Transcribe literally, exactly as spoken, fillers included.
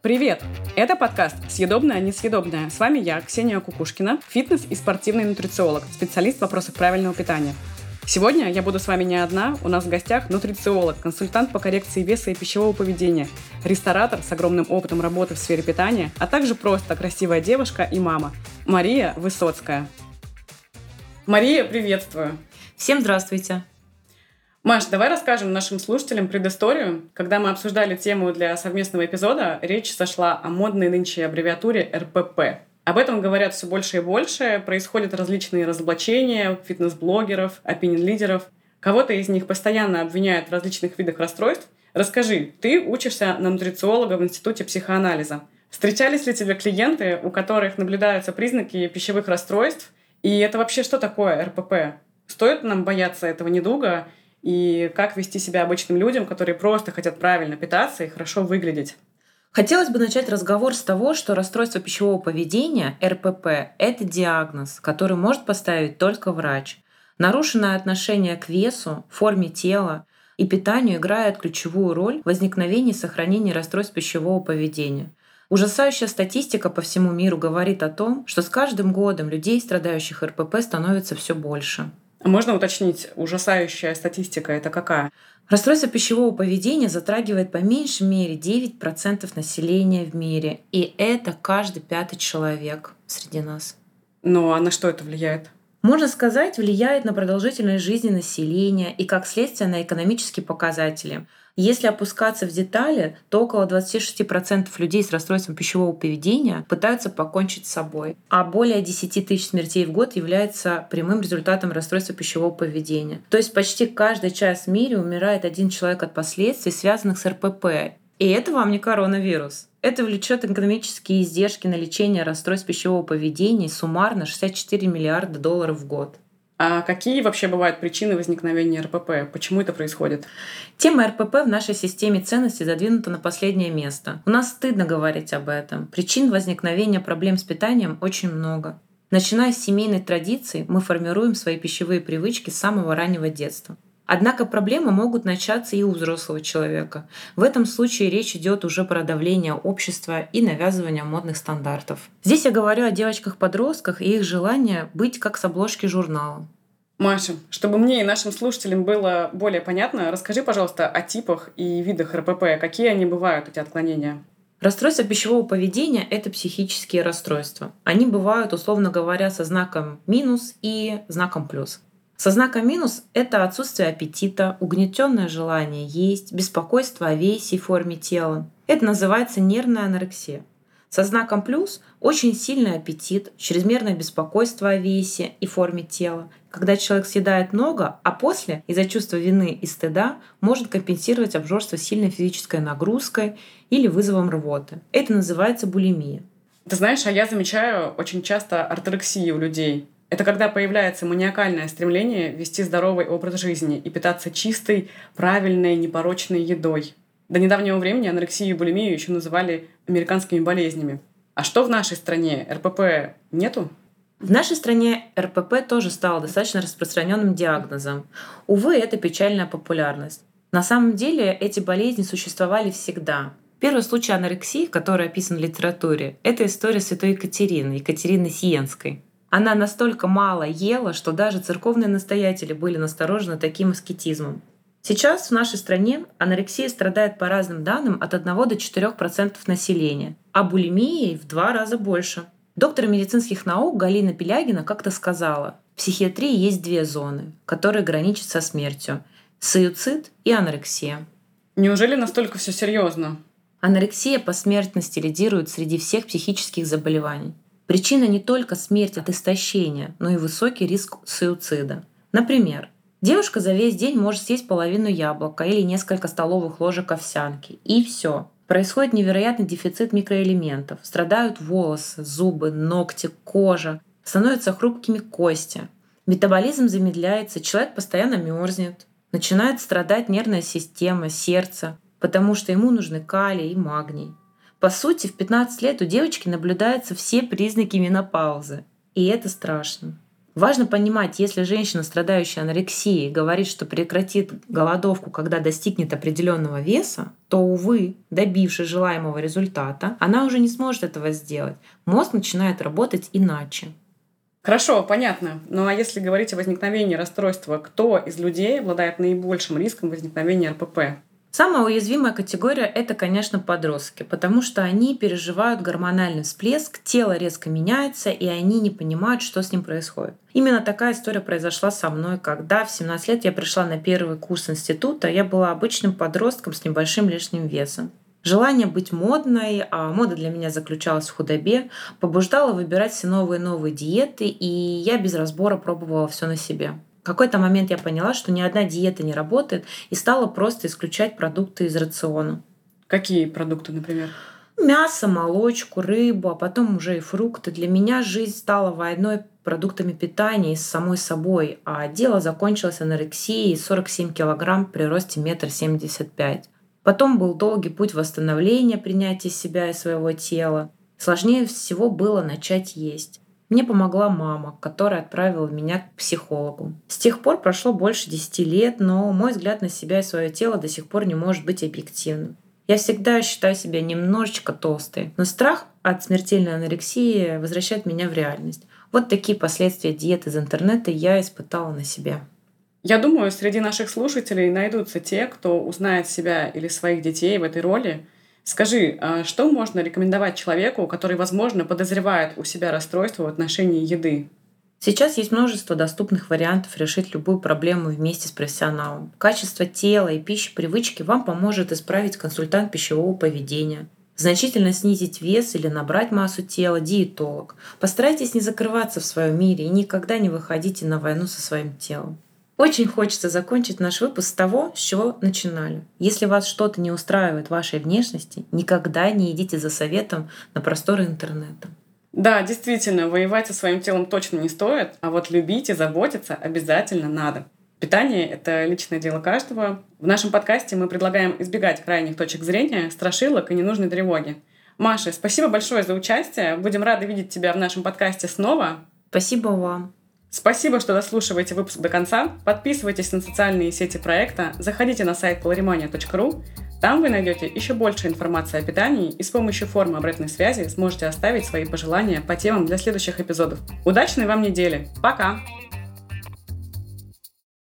Привет! Это подкаст «Съедобное, несъедобное». С вами я, Ксения Кукушкина, фитнес- и спортивный нутрициолог, специалист в вопросах правильного питания. Сегодня я буду с вами не одна, у нас в гостях нутрициолог, консультант по коррекции веса и пищевого поведения, ресторатор с огромным опытом работы в сфере питания, а также просто красивая девушка и мама Мария Высоцкая. Мария, приветствую! Всем здравствуйте! Маш, давай расскажем нашим слушателям предысторию. Когда мы обсуждали тему для совместного эпизода, речь зашла о модной нынче аббревиатуре эр пэ пэ. Об этом говорят все больше и больше, происходят различные разоблачения фитнес-блогеров, опинион-лидеров. Кого-то из них постоянно обвиняют в различных видах расстройств. Расскажи, ты учишься на нутрициолога в Институте психоанализа. Встречались ли тебе клиенты, у которых наблюдаются признаки пищевых расстройств? И это вообще что такое эр пэ пэ? Стоит нам бояться этого недуга? И как вести себя обычным людям, которые просто хотят правильно питаться и хорошо выглядеть? Хотелось бы начать разговор с того, что расстройство пищевого поведения, эр пэ пэ, это диагноз, который может поставить только врач. Нарушенное отношение к весу, форме тела и питанию играет ключевую роль в возникновении и сохранении расстройств пищевого поведения. Ужасающая статистика по всему миру говорит о том, что с каждым годом людей, страдающих эр пэ пэ, становится все больше. Можно уточнить, ужасающая статистика — это какая? Расстройство пищевого поведения затрагивает по меньшей мере девять процентов населения в мире, и это каждый пятый человек среди нас. Ну а на что это влияет? Можно сказать, влияет на продолжительность жизни населения и, как следствие, на экономические показатели. Если опускаться в детали, то около двадцать шесть процентов людей с расстройством пищевого поведения пытаются покончить с собой, а более десять тысяч смертей в год является прямым результатом расстройства пищевого поведения. То есть почти каждый час в мире умирает один человек от последствий, связанных с эр пэ пэ. И это вам не коронавирус. Это влечет экономические издержки на лечение расстройств пищевого поведения суммарно шестьдесят четыре миллиарда долларов в год. А какие вообще бывают причины возникновения эр пэ пэ? Почему это происходит? Тема эр пэ пэ в нашей системе ценностей задвинута на последнее место. У нас стыдно говорить об этом. Причин возникновения проблем с питанием очень много. Начиная с семейной традиции, мы формируем свои пищевые привычки с самого раннего детства. Однако проблемы могут начаться и у взрослого человека. В этом случае речь идет уже про давление общества и навязывание модных стандартов. Здесь я говорю о девочках-подростках и их желании быть как с обложки журнала. Маша, чтобы мне и нашим слушателям было более понятно, расскажи, пожалуйста, о типах и видах эр пэ пэ. Какие они бывают, эти отклонения? Расстройства пищевого поведения — это психические расстройства. Они бывают, условно говоря, со знаком минус и знаком плюс. Со знаком минус — это отсутствие аппетита, угнетенное желание есть, беспокойство о весе и форме тела. Это называется нервная анорексия. Со знаком плюс — очень сильный аппетит, чрезмерное беспокойство о весе и форме тела, когда человек съедает много, а после, из-за чувства вины и стыда, может компенсировать обжорство сильной физической нагрузкой или вызовом рвоты. Это называется булимия. Ты знаешь, а я замечаю очень часто орторексию у людей. Это когда появляется маниакальное стремление вести здоровый образ жизни и питаться чистой, правильной, непорочной едой. До недавнего времени анорексию и булимию еще называли американскими болезнями. А что в нашей стране? эр пэ пэ нету? В нашей стране эр пэ пэ тоже стал достаточно распространенным диагнозом. Увы, это печальная популярность. На самом деле эти болезни существовали всегда. Первый случай анорексии, который описан в литературе, это история святой Екатерины, Екатерины Сиенской. Она настолько мало ела, что даже церковные настоятели были насторожены таким аскетизмом. Сейчас в нашей стране анорексия страдает по разным данным от одного до четырёх процентов населения, а булимией в два раза больше. Доктор медицинских наук Галина Пилягина как-то сказала: в психиатрии есть две зоны, которые граничат со смертью — суицид и анорексия. Неужели настолько все серьезно? Анорексия по смертности лидирует среди всех психических заболеваний. Причина не только смерть от истощения, но и высокий риск суицида. Например, девушка за весь день может съесть половину яблока или несколько столовых ложек овсянки. И все. Происходит невероятный дефицит микроэлементов. Страдают волосы, зубы, ногти, кожа. Становятся хрупкими кости. Метаболизм замедляется, человек постоянно мерзнет. Начинает страдать нервная система, сердце, потому что ему нужны калий и магний. По сути, в пятнадцать лет у девочки наблюдаются все признаки менопаузы. И это страшно. Важно понимать, если женщина, страдающая анорексией, говорит, что прекратит голодовку, когда достигнет определенного веса, то, увы, добившись желаемого результата, она уже не сможет этого сделать. Мозг начинает работать иначе. Хорошо, понятно. Ну а если говорить о возникновении расстройства, кто из людей обладает наибольшим риском возникновения эр пэ пэ? Самая уязвимая категория — это, конечно, подростки, потому что они переживают гормональный всплеск, тело резко меняется, и они не понимают, что с ним происходит. Именно такая история произошла со мной, когда в семнадцать лет я пришла на первый курс института. Я была обычным подростком с небольшим лишним весом. Желание быть модной, а мода для меня заключалась в худобе, побуждало выбирать все новые и новые диеты, и я без разбора пробовала все на себе. В какой-то момент я поняла, что ни одна диета не работает, и стала просто исключать продукты из рациона. Какие продукты, например? Мясо, молочку, рыбу, а потом уже и фрукты. Для меня жизнь стала войной продуктами питания и с самой собой, а дело закончилось анорексией, сорок семь килограмм при росте метр семьдесят пять. Потом был долгий путь восстановления, принятия себя и своего тела. Сложнее всего было начать есть. Мне помогла мама, которая отправила меня к психологу. С тех пор прошло больше десяти лет, но мой взгляд на себя и свое тело до сих пор не может быть объективным. Я всегда считаю себя немножечко толстой, но страх от смертельной анорексии возвращает меня в реальность. Вот такие последствия диет из интернета я испытала на себе. Я думаю, среди наших слушателей найдутся те, кто узнает себя или своих детей в этой роли. Скажи, а что можно рекомендовать человеку, который, возможно, подозревает у себя расстройство в отношении еды? Сейчас есть множество доступных вариантов решить любую проблему вместе с профессионалом. Качество тела и пищепривычки вам поможет исправить консультант пищевого поведения. Значительно снизить вес или набрать массу тела — диетолог. Постарайтесь не закрываться в своем мире и никогда не выходите на войну со своим телом. Очень хочется закончить наш выпуск с того, с чего начинали. Если вас что-то не устраивает в вашей внешности, никогда не идите за советом на просторы интернета. Да, действительно, воевать со своим телом точно не стоит, а вот любить и заботиться обязательно надо. Питание — это личное дело каждого. В нашем подкасте мы предлагаем избегать крайних точек зрения, страшилок и ненужной тревоги. Маша, спасибо большое за участие. Будем рады видеть тебя в нашем подкасте снова. Спасибо вам. Спасибо, что дослушиваете выпуск до конца. Подписывайтесь на социальные сети проекта, заходите на сайт калоримания точка ру. Там вы найдете еще больше информации о питании и с помощью формы обратной связи сможете оставить свои пожелания по темам для следующих эпизодов. Удачной вам недели! Пока!